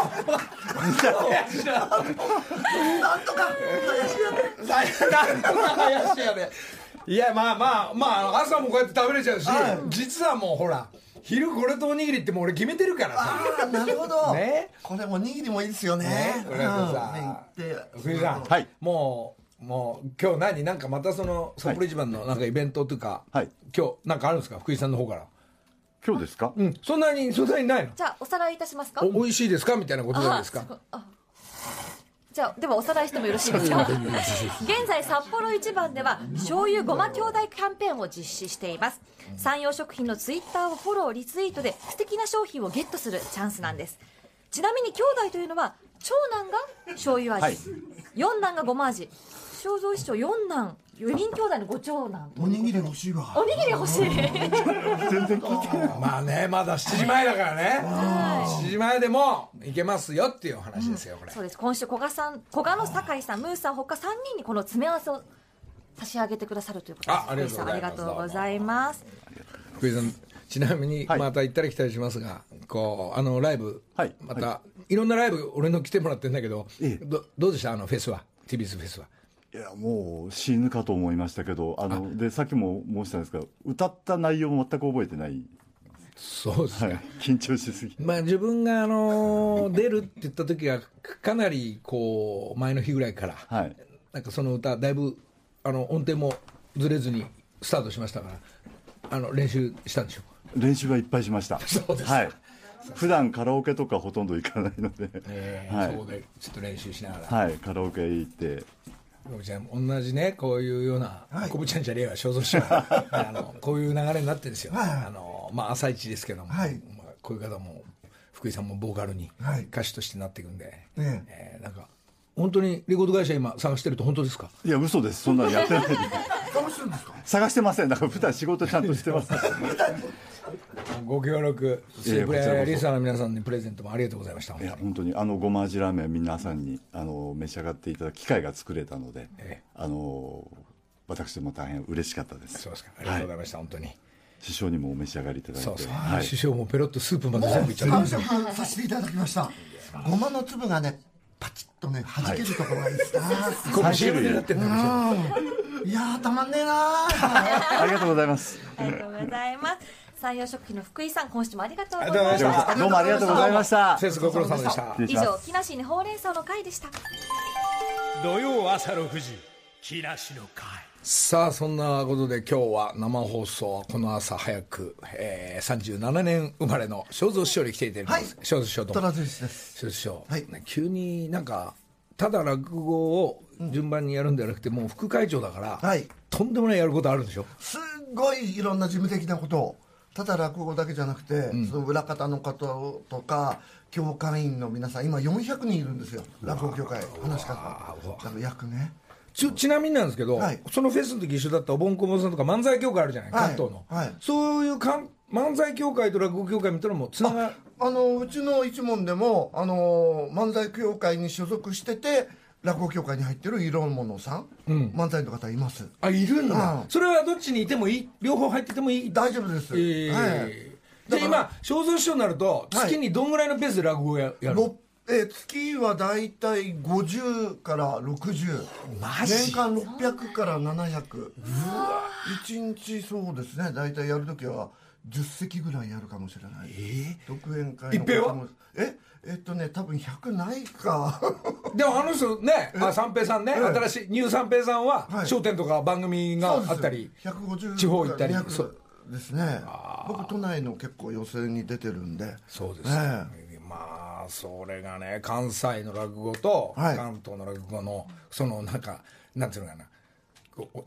Speaker 4: なんとか
Speaker 1: なんとか林家でいやまあまあまあ朝もこうやって食べれちゃうし、
Speaker 4: はい
Speaker 1: 実はもうほら昼これとおにぎりってもう俺決めてるからさ。
Speaker 4: ああなるほど、
Speaker 1: ね
Speaker 4: これおにぎりもいいですよね。
Speaker 1: ねこれとさ
Speaker 4: うん麺って
Speaker 1: 福井さん、
Speaker 5: はい
Speaker 1: もうもう今日何なんかまたその札幌一番のなんかイベントというか、
Speaker 5: はい
Speaker 1: 今日なんかあるんですか福井さんの方から。
Speaker 5: 今日ですか？
Speaker 1: うんそんなにそんなにないの。
Speaker 3: じゃあおさらいいたしますか。
Speaker 1: お美味しいですかみたいなことなんですか。
Speaker 3: あすごいあじゃあではおさらいしてもよろしいですか。現在札幌一番では醤油ごま兄弟キャンペーンを実施しています。山陽食品のツイッターをフォローリツイートで素敵な商品をゲットするチャンスなんです。ちなみに兄弟というのは長男が醤油味、
Speaker 5: はい
Speaker 3: 四男がごま味、正蔵師匠四男よにん兄弟のご長男。
Speaker 4: おにぎり欲しいわ。
Speaker 3: おにぎり欲しい
Speaker 5: 全然聞いてない。
Speaker 1: まあねまだしちじまえだからねしちじまえでもいけますよっていう話ですよこれ。
Speaker 3: そうです。今週古賀さん、古賀の酒井さん、ムーさんほかさんにんにこの詰め合わせを差し上げてくださるということです。
Speaker 1: あありがとうございます
Speaker 3: 福井さんありがとうございます。
Speaker 1: 福井さんちなみに
Speaker 5: はい
Speaker 1: また行ったり来たりしますが、こうあのライブ、
Speaker 5: はい
Speaker 1: また、い、ろんなライブ俺の来てもらってるんだけど、
Speaker 5: ええ
Speaker 1: どどうでしたあのフェスは ティービーエス フェスは。
Speaker 5: いやもう死ぬかと思いましたけど、あのでさっきも申したんですが、歌った内容も全く覚えてない。
Speaker 1: そうですか、
Speaker 5: はい、緊張しすぎ。
Speaker 1: まあ自分があの出るって言った時はかなりこう前の日ぐらいから、
Speaker 5: はい
Speaker 1: なんかその歌だいぶあの音程もずれずにスタートしましたからあの練習したんでしょう。
Speaker 5: 練習はいっぱいしました。
Speaker 1: そうですか
Speaker 5: はい。普段カラオケとかほとんど行かないので、
Speaker 1: えー
Speaker 5: はい
Speaker 1: そこでちょっと練習しながら、
Speaker 5: はい、カラオケ行って
Speaker 1: こぶちゃん同じねこういうような、
Speaker 4: はい
Speaker 1: こぶちゃんじゃねえわ正蔵師匠あのこういう流れになってるんですよ、
Speaker 4: はい
Speaker 1: あのまあ朝一ですけども、
Speaker 4: はい
Speaker 1: まあ、こういう方も福井さんもボーカルに
Speaker 4: はい
Speaker 1: 歌手としてなっていくんで、
Speaker 4: ね
Speaker 1: えーなんか本当にレコード会社今探してると本当ですか。
Speaker 5: いや嘘です、そんなのやってないです
Speaker 4: 探してるんですか。
Speaker 5: 探してません。だから普段仕事ちゃんとしてます
Speaker 1: ご協力
Speaker 5: いや
Speaker 1: してくれ
Speaker 5: こちらこそ
Speaker 1: リスナーの皆さんにプレゼントもありがとうございました。
Speaker 5: いや本当にあのごま味ラーメン皆さんにあの召し上がっていただく機会が作れたので、
Speaker 1: ええ
Speaker 5: あの私も大変嬉しかったです。
Speaker 1: そうですかありがとうございました、本当に。
Speaker 5: 師匠にもお召し上がりいただいて、
Speaker 1: そうそう、
Speaker 5: はい、
Speaker 1: 師匠もペロッとスープまで全部いっちゃった
Speaker 4: 完食させていただきました。ごまの粒がねパチッとね弾けるところがいいですね。
Speaker 1: これ シーエム になってるんだもん
Speaker 4: いやーたまんねえなー。
Speaker 5: ありがとうございます。
Speaker 3: ありがとうございます。山陽食品の福井さん、今週もありがとうござい
Speaker 1: ありがとうございまし
Speaker 3: ましたた。
Speaker 5: どうもありがとうございました。
Speaker 1: 先生ご苦労様でした。
Speaker 3: 以上、木梨にほうれん草の会でした。
Speaker 6: 土曜朝ろくじ木梨の会。
Speaker 1: さあそんなことで今日は生放送この朝早く、えー、さんじゅうななねん生まれの正蔵師匠に来ていただきます、
Speaker 4: はい
Speaker 1: 正蔵師匠どうも
Speaker 4: 虎寿司です。
Speaker 1: 正蔵師匠、
Speaker 4: はい
Speaker 1: ね急になんかただ落語を順番にやるんじゃなくて、もう副会長だから、
Speaker 4: はい
Speaker 1: とんでもないやることあるんでしょ。
Speaker 4: すっごいいろんな事務的なことをただ落語だけじゃなくて、その裏方の方とか協会員の皆さん今よんひゃくにんいるんですよ、落語協会話し方だから役ね。
Speaker 1: ちちなみになんですけど、
Speaker 4: はい
Speaker 1: そのフェスの時一緒だったおぼんこぼんさんとか漫才協会あるじゃない、
Speaker 4: はい
Speaker 1: 関東の、
Speaker 4: はい
Speaker 1: そういうかん漫才協会と落語協会みたいなのもつながる。
Speaker 4: あのうちの一門でもあの漫才協会に所属してて落語協会に入ってる色物さん、漫才の方います。
Speaker 1: あいるんだ、
Speaker 4: うん
Speaker 1: それはどっちにいてもいい、両方入っててもいい。
Speaker 4: 大丈夫です、
Speaker 1: えー
Speaker 4: はい、
Speaker 1: じゃあ今正蔵師匠になると月にどんぐらいのペースで落語をややる、
Speaker 4: ろえー月はだいたいごじゅうからろくじゅう、
Speaker 1: マジ
Speaker 4: 年間ろっぴゃくからななひゃく、いちにちそうですね、だいたいやるときはじゅっせきぐらいやるかもしれない。独演会の
Speaker 1: 一平は
Speaker 4: 方もええっとね多分ひゃくないか
Speaker 1: でもあの人ね、あ三平さんね、
Speaker 4: え
Speaker 1: 新しいニュー三平さんは
Speaker 4: はい
Speaker 1: 『笑点』とか番組があったり、
Speaker 4: ひゃくごじゅう
Speaker 1: 地方行ったり
Speaker 4: にひゃく
Speaker 1: そう
Speaker 4: ですね。僕都内の結構予選に出てるんで。
Speaker 1: そうです、
Speaker 4: え
Speaker 1: まあそれがね関西の落語と
Speaker 4: はい
Speaker 1: 関東の落語のそのなんかなんていうのかな、こうなん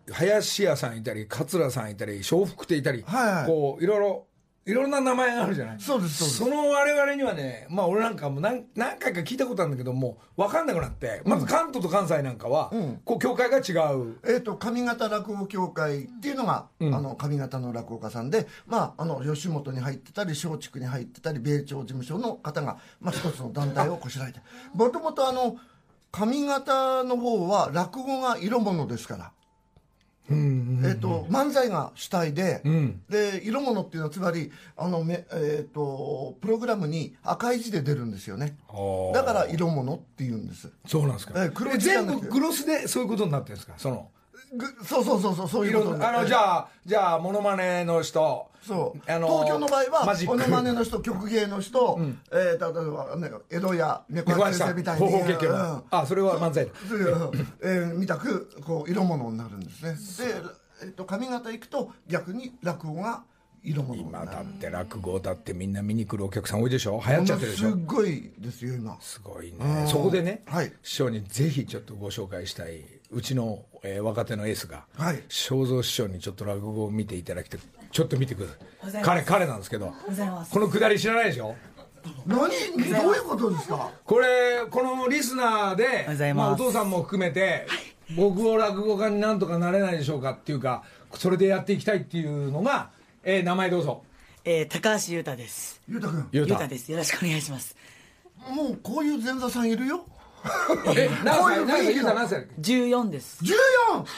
Speaker 1: 林家さんいたり桂さんいたり笑福亭いたり、
Speaker 4: はいはい、
Speaker 1: こういろいろいろんな名前があるじゃない。
Speaker 4: そうですそうです。
Speaker 1: その我々にはね、まあ俺なんかも何何回か聞いたことあるんだけども分かんなくなって、まず関東と関西なんかは、うん、こう協会が違う、
Speaker 4: えーと上方落語協会っていうのが、うん、あの上方の落語家さんで、まあ、あの吉本に入ってたり松竹に入ってたり米朝事務所の方が、まあ、一つの団体をこしらえて、もともとあの上方の方は落語が色物ですから、うんうんうん、えーと、漫才が主体で、うん、で色物っていうのはつまりあのめ、えーと、プログラムに赤い字で出るんですよね。だから色物っていうんです。
Speaker 1: そうなんですか。えー、黒字全部グロスでそういうことになってるんですか。その
Speaker 4: そうそうそうそうそういうこと
Speaker 1: あのじゃあじゃあモノマネの人、
Speaker 4: そうあの東京の場合はモノマネの人曲芸の人、うん、えー、例えば、ね、江戸や猫屋先生みたいに、
Speaker 1: うん、あそれは漫才だ、
Speaker 4: えー、みたくこう色物になるんですね。で、えー、と上方行くと逆に落語が色物になる。
Speaker 1: 今だって落語だってみんな見に来るお客さん多いでしょ。流行っちゃってるでしょ。
Speaker 4: すごいですよ今。
Speaker 1: すごいね。そこでね、
Speaker 4: はい、師
Speaker 1: 匠にぜひちょっとご紹介したいうちの、えー、若手のエースが、
Speaker 4: はい、
Speaker 1: 正蔵師匠にちょっと落語を見ていただきたい。ちょっと見てください。彼彼なんですけど、このくだり知らないでしょ。
Speaker 4: 何どういうことですか。
Speaker 1: これこのリスナーで、まあ、お父さんも含めて、はい、僕を落語家になんとかなれないでしょうかっていうか、それでやっていきたいっていうのが、えー、名前どうぞ。
Speaker 7: えー、高橋優太です。
Speaker 4: 優太君。
Speaker 7: 優太です。よろしくお願いします。
Speaker 4: もうこういう前座さんいるよ。
Speaker 1: え、何歳？何歳？優太何歳？
Speaker 7: じゅうよんです。
Speaker 4: じゅうよん。はい、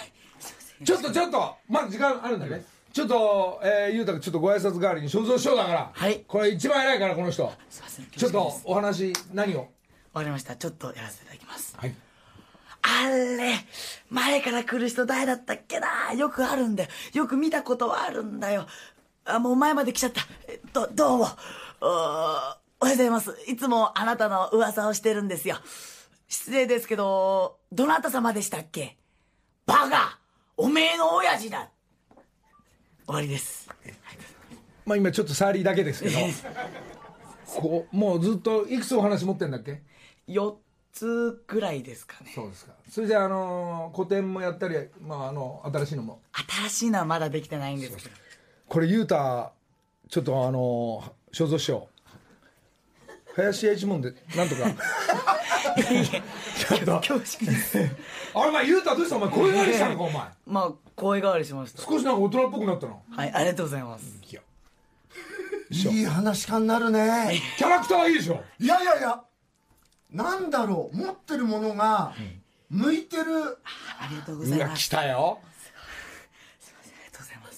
Speaker 1: ちょっとちょっとまだ時間あるんだね。ちょっと、えー、ゆうたくんちょっとご挨拶代わりに正蔵師匠だから、
Speaker 7: はい、
Speaker 1: これ一番偉いからこの人。
Speaker 7: すいません。
Speaker 1: ちょっとお話何を。
Speaker 7: わかりました。ちょっとやらせていただきます。
Speaker 1: はい。
Speaker 7: あれ前から来る人誰だったっけな。よくあるんだよ。よく見たことはあるんだよ。あ、もう前まで来ちゃった。えっとどうもおおはようございます。いつもあなたの噂をしてるんですよ。失礼ですけどどなた様でしたっけ。バカおめえの親父だ。終わりです。
Speaker 1: まあ今ちょっと触りだけですけどこうもうずっといくつお話持ってんだっけ。
Speaker 7: よっつぐらいですかね。
Speaker 1: そうですか。それじゃあ、あのー、古典もやったり、まあ、あの新しいのも。
Speaker 7: 新しいのはまだできてないんですけど。
Speaker 1: これ雄太ちょっとあのー、正蔵師匠林家一門でなんとか
Speaker 7: いやいやちょっと恐縮です
Speaker 1: あれお前雄太どうしたお前声変わりしたのかお前。
Speaker 7: まあ声変わりしました。
Speaker 1: 少しなんか大人っぽくなったの。
Speaker 7: はい、ありがとうございます。
Speaker 1: いや
Speaker 4: いい話家になるね。
Speaker 1: キャラクターはいいでしょ。
Speaker 4: いやいやいやなんだろう持ってるものが向いてる、うん、
Speaker 7: ありがとうございます。うわ
Speaker 1: 来たよ。
Speaker 7: すいませんありがとうございます。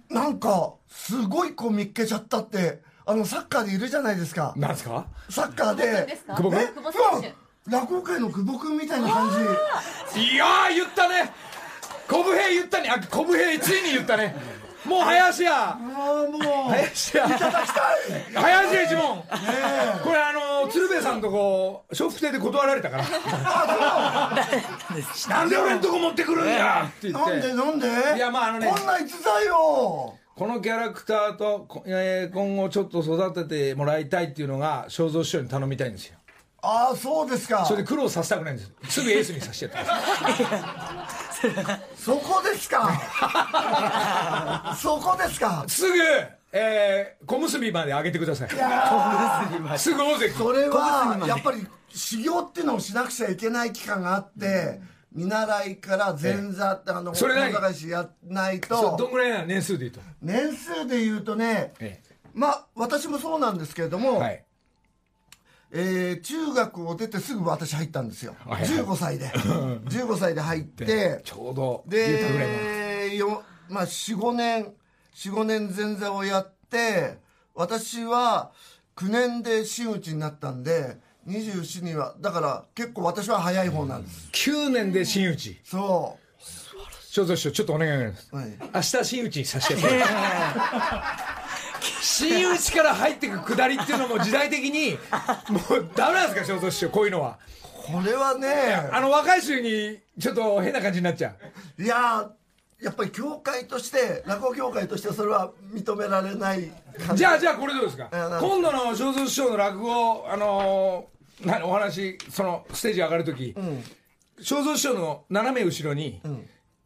Speaker 4: なんかすごいこう見っけちゃったってあのサッカーでいるじゃないですか。
Speaker 1: なんですか
Speaker 4: サッカーで
Speaker 1: 久保君
Speaker 3: 久保選手
Speaker 4: 落語界の久保君みたいな感
Speaker 1: じ。いやー言ったね。小武平言ったね。あ小武平ついに言ったね。もう林家あ
Speaker 4: あもう
Speaker 1: 林家いただきたい林家一門、ね、これあの鶴瓶さんとこ笑福亭で断られたからなんで俺んとこ持ってくるんやって言って。
Speaker 4: なんでなんで
Speaker 1: いやまああのね
Speaker 4: こんな逸材よ。
Speaker 1: このキャラクターと、えー、今後ちょっと育ててもらいたいっていうのが正蔵師匠に頼みたいんですよ。
Speaker 4: ああそうですか。
Speaker 1: それで苦労させたくないんです。すぐエースにさせてやって
Speaker 4: そこですかそこですか。
Speaker 1: すぐ、えー、小結まで上げてください。いすぐ大関。
Speaker 4: それはやっぱり修行っていうのをしなくちゃいけない期間があって、うん、見習いから前座って、ええ、あの
Speaker 1: それ何
Speaker 4: 大しやらないと。
Speaker 1: どんぐらいな年数でいうと。
Speaker 4: 年数でいうとね、ええ、まあ私もそうなんですけれども、はい、えー、中学を出てすぐ私入ったんですよ、はいはい、じゅうごさいでじゅうごさいで入って
Speaker 1: ちょうど
Speaker 4: でよ、まあ、よんごねん前座をやって、私はきゅうねんで真打ちになったんでにじゅうななにはだから結構私は早い方なんです。
Speaker 1: きゅうねんで真打ち。
Speaker 4: そう
Speaker 1: 正蔵師匠ちょっとお願いします、はい、明日真打ちにさせて真打ちから入っていくくだりっていうのも時代的にもうダメなんですか正蔵師匠こういうのは。
Speaker 4: これはね
Speaker 1: あの若い衆にちょっと変な感じになっちゃ
Speaker 4: う。いややっぱり協会として落語協会としてそれは認められない感じ。
Speaker 1: じゃあじゃあこれどうですか。今度の正蔵師匠の落語あのー、何お話そのステージ上がるとき、うん、正蔵師匠の斜め後ろに、うん、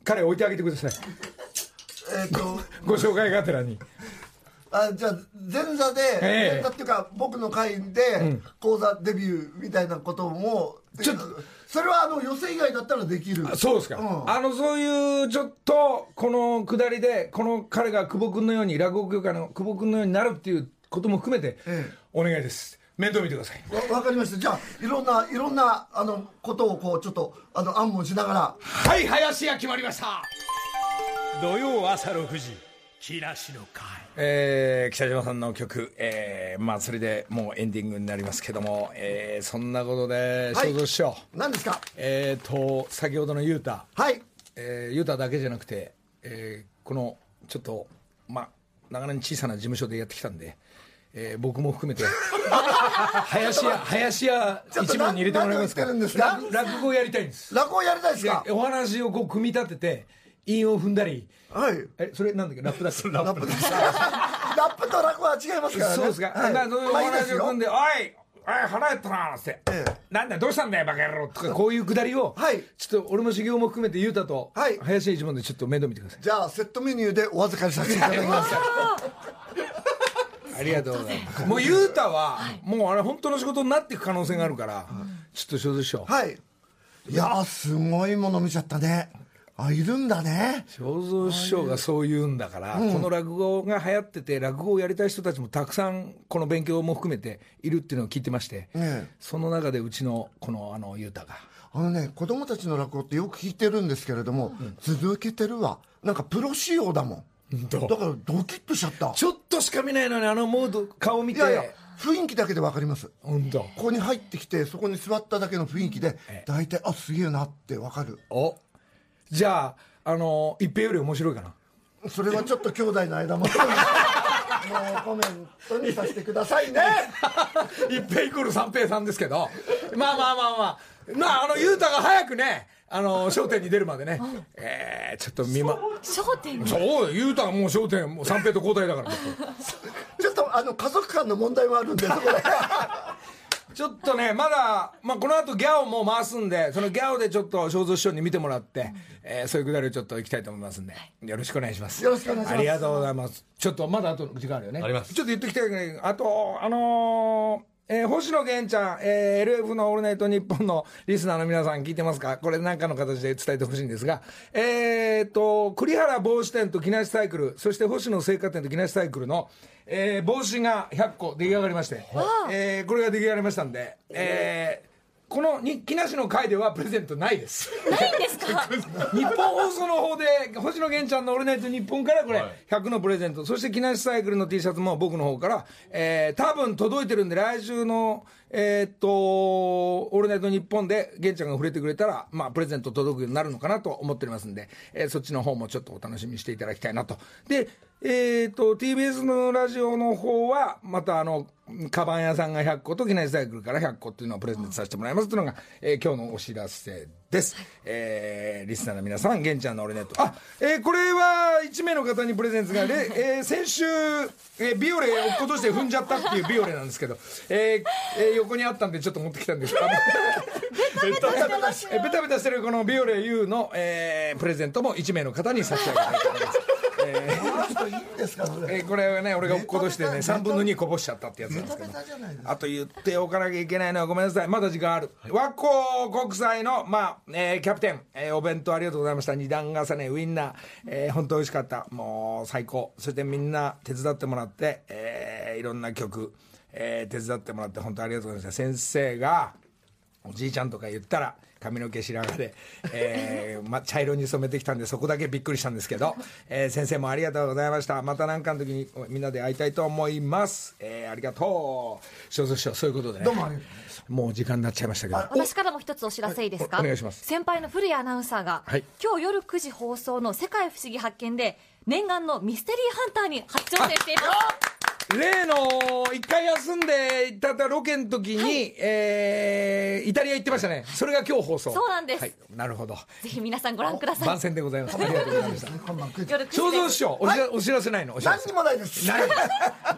Speaker 1: 彼置いてあげてください。
Speaker 4: えっと
Speaker 1: ご紹介がてらに。
Speaker 4: あじゃあ前座で、
Speaker 1: ええ
Speaker 4: 前座っていうか僕の会で講座デビューみたいなことも、
Speaker 1: ちょっと
Speaker 4: それはあの寄席以外だったらできる。
Speaker 1: そうですか、
Speaker 4: うん
Speaker 1: あのそういうちょっとこの下りでこの彼が久保君のように落語協会の久保君のようになるっていうことも含めて
Speaker 4: ええ
Speaker 1: お願いです。面倒見てください。
Speaker 4: わわかりました。じゃあいろんないろんなあのことをこうちょっとあの案もしながら。
Speaker 1: はい、林家決まりました。
Speaker 6: 土曜朝ろくじ木梨の会。
Speaker 1: えー、北島さんの曲、えー、まあそれでもうエンディングになりますけども、えー、そんなことで
Speaker 4: はい
Speaker 1: 正蔵師匠、
Speaker 4: 何ですか。
Speaker 1: えーと先ほどの雄太、
Speaker 4: はい
Speaker 1: えー、雄太だけじゃなくて、えー、このちょっとまあ長年小さな事務所でやってきたんで、えー、僕も含めて林家林家一門に入れてもらえますか。
Speaker 4: ちょっと何何を言ってるんですか。
Speaker 1: 落落語やりたいんです。
Speaker 4: 落語やりたいですか。
Speaker 1: でお話をこう組み立てて韻を踏んだり、
Speaker 4: はい
Speaker 1: えそれなんだっけ、ラップだっけ。
Speaker 4: ラップですラップと落語は違いますからね。
Speaker 1: そうですか、
Speaker 4: はい、
Speaker 1: まあ、そういうお
Speaker 4: まあいいですよ
Speaker 1: 話を組んで、おいおい腹減ったなーって、
Speaker 4: ええ
Speaker 1: なんだよどうしたんだよバカ野郎とか、こういうくだりを、
Speaker 4: はい
Speaker 1: ちょっと俺も修行も含めて雄太と
Speaker 4: はい
Speaker 1: 林家一門でちょっと面倒見てください。
Speaker 4: じゃあセットメニューでお預かりさせていただきます
Speaker 1: ありがとうございます。もう雄太は、もうあれ本当の仕事になっていく可能性があるから、ちょっと正蔵師匠、
Speaker 4: はいいやーすごいもの見ちゃったね。あいるんだね。
Speaker 1: 正蔵師匠がそう言うんだから、この落語が流行ってて落語をやりたい人たちもたくさんこの勉強も含めているっていうのを聞いてまして、
Speaker 4: ええ
Speaker 1: その中でうちのこのあの雄太が
Speaker 4: あのね子供たちの落語ってよく聞いてるんですけれども、続けてるわ。なんかプロ仕様だもん。だからドキッとしちゃった。
Speaker 1: ちょっとしか見ないのにあのモード顔見て、
Speaker 4: いやいや雰囲気だけで分かります。
Speaker 1: 本当。
Speaker 4: ここに入ってきてそこに座っただけの雰囲気で大体あすげえなって分かる。
Speaker 1: おじゃああの一平より面白いかな。
Speaker 4: それはちょっと兄弟の間ももうコメントにさせてくださいね
Speaker 1: 一平イコール三平さんですけど、まあまあまあまあまああの雄太が早くねあの笑点に出るまでね、えー、ちょっと見ま
Speaker 3: 笑点に
Speaker 1: そう雄太はもう笑点もう三平と交代だから
Speaker 4: ちょっとあの家族間の問題もあるんでそこで
Speaker 1: ちょっとねまだ、まあ、この後ギャオも回すんでそのギャオでちょっと正蔵師匠に見てもらって、えー、そういうくだりをちょっと行きたいと思いますんでよろしくお願いします。
Speaker 4: よろしくお願いします。
Speaker 1: ありがとうございます。ちょっとまだあと時間あるよね。
Speaker 2: あります。
Speaker 1: ちょっと言ってきたいけどあとあのーえー、星野源ちゃん、えー、エルエフ のオールナイトニッポンのリスナーの皆さん聞いてますか。これ何かの形で伝えてほしいんですが、えー、と栗原帽子店と木梨サイクルそして星野青果店と木梨サイクルの、えー、帽子がひゃっこ出来上がりまして、えー、これが出来上がりましたんで、えーこのに木梨の会ではプレゼントないです
Speaker 3: ないんですか
Speaker 1: 日本放送の方で星野源ちゃんのオールナイトニッポンからこれひゃくのプレゼント、そして木梨サイクルの T シャツも僕の方から、えー、多分届いてるんで来週のえー、っとオールナイトニッポンで源ちゃんが触れてくれたら、まあ、プレゼント届くようになるのかなと思っておりますんで、えー、そっちの方もちょっとお楽しみにしていただきたいなと。でえー、と ティービーエス のラジオの方はまたあのカバン屋さんがひゃっこと木梨サイクルからひゃっこっていうのをプレゼントさせてもらいますというのが、えー、今日のお知らせです、はいえー、リスナーの皆さん源ちゃんのオレネットあ、えー、これはいち名の方にプレゼントがで、えー、先週、えー、ビオレ落っことして踏んじゃったっていうビオレなんですけど、えーえー、横にあったんでちょっと持ってきたんですけどベタベタしてベタベタしてるこのビオレ U の、えー、プレゼントもいち名の方に差し上げたいと思いますえー、いいんですかそれ、えー、これはね俺が落っことしてねさんぶんのにこぼしちゃったってやつなんですけど、あと言っておかなきゃいけないのはごめんなさいまだ時間ある、はい、和光国際の、まあえー、キャプテン、えー、お弁当ありがとうございました。二段重ねウインナー、えー、本当美味しかった。もう最高。そしてみんな手伝ってもらって、えー、いろんな曲、えー、手伝ってもらって本当ありがとうございました。先生がおじいちゃんとか言ったら髪の毛白髪で、えーま、茶色に染めてきたんでそこだけびっくりしたんですけど、えー、先生もありがとうございました。また何かの時にみんなで会いたいと思います、えー、ありがとう正蔵師匠。そういうことでね
Speaker 4: どうもありがとうございます。
Speaker 1: もう時間になっちゃいましたけど
Speaker 3: 私からも一つお知らせいいですか、
Speaker 1: はい、お, お願いします。
Speaker 3: 先輩の古谷アナウンサーが、はい、今日夜くじ放送の世界不思議発見で念願のミステリーハンターに初挑戦しています。
Speaker 1: 例の一回休んでいたロケの時に、はい、えー、イタリア行ってましたね。それが今日放送。
Speaker 3: そうなんです、はい、
Speaker 1: なるほど。
Speaker 3: ぜひ皆さんご覧ください。
Speaker 1: 番宣でございます。ありがとうございました。
Speaker 3: 夜くじ
Speaker 1: 正蔵師匠、はい、お知らせないの。
Speaker 4: 何にもないです。ない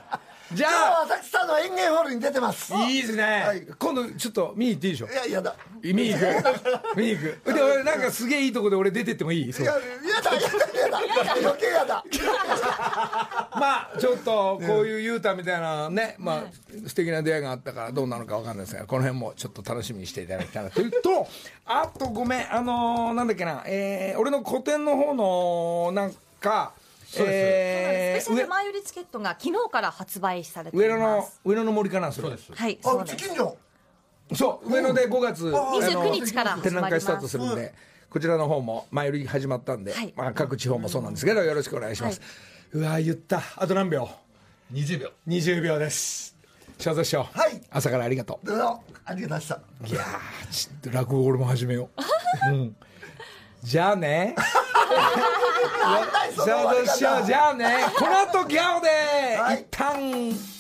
Speaker 1: じゃ
Speaker 4: 今日は
Speaker 1: あ
Speaker 4: 私さんの園芸ホールに出てます
Speaker 1: いいですね、
Speaker 4: はい
Speaker 1: 今度ちょっと見に行っていいでしょ。
Speaker 4: いややだ
Speaker 1: 見に行く見に行くで俺なんかすげえいいとこで俺出てってもいい？そう
Speaker 4: いややだやだやだ余計やだ
Speaker 1: まあちょっとこういう雄太みたいなね、まあ素敵な出会いがあったからどうなのか分かんないですが、この辺もちょっと楽しみにしていただきたいなというと、あとごめんあのー、なんだっけな、えー、俺の個展の方のなんかえ
Speaker 3: スペシャル前売りチケットが昨日から発売されてい
Speaker 1: 上野の
Speaker 3: ます。
Speaker 1: 上野の森かなそれ。
Speaker 3: はい、そう
Speaker 4: あう
Speaker 3: です。
Speaker 4: ち近所
Speaker 1: そう上野でごがつ
Speaker 3: にじゅうくにちから始まります。
Speaker 1: 展覧会スタートするんで、こちらの方も前売り始まったんで、
Speaker 3: はい
Speaker 1: まあ、各地方もそうなんですけどよろしくお願いします、うわ言ったあと何秒？
Speaker 2: にじゅうびょう。
Speaker 1: にじゅうびょうです。正蔵師匠、
Speaker 4: はい
Speaker 1: 朝からありがとう。
Speaker 4: どうぞありがとうございました
Speaker 1: いやーちょっと落語俺も始めよう、うん、じゃあね正蔵師匠じゃあねこの後ギャオで、
Speaker 4: はい
Speaker 1: 一旦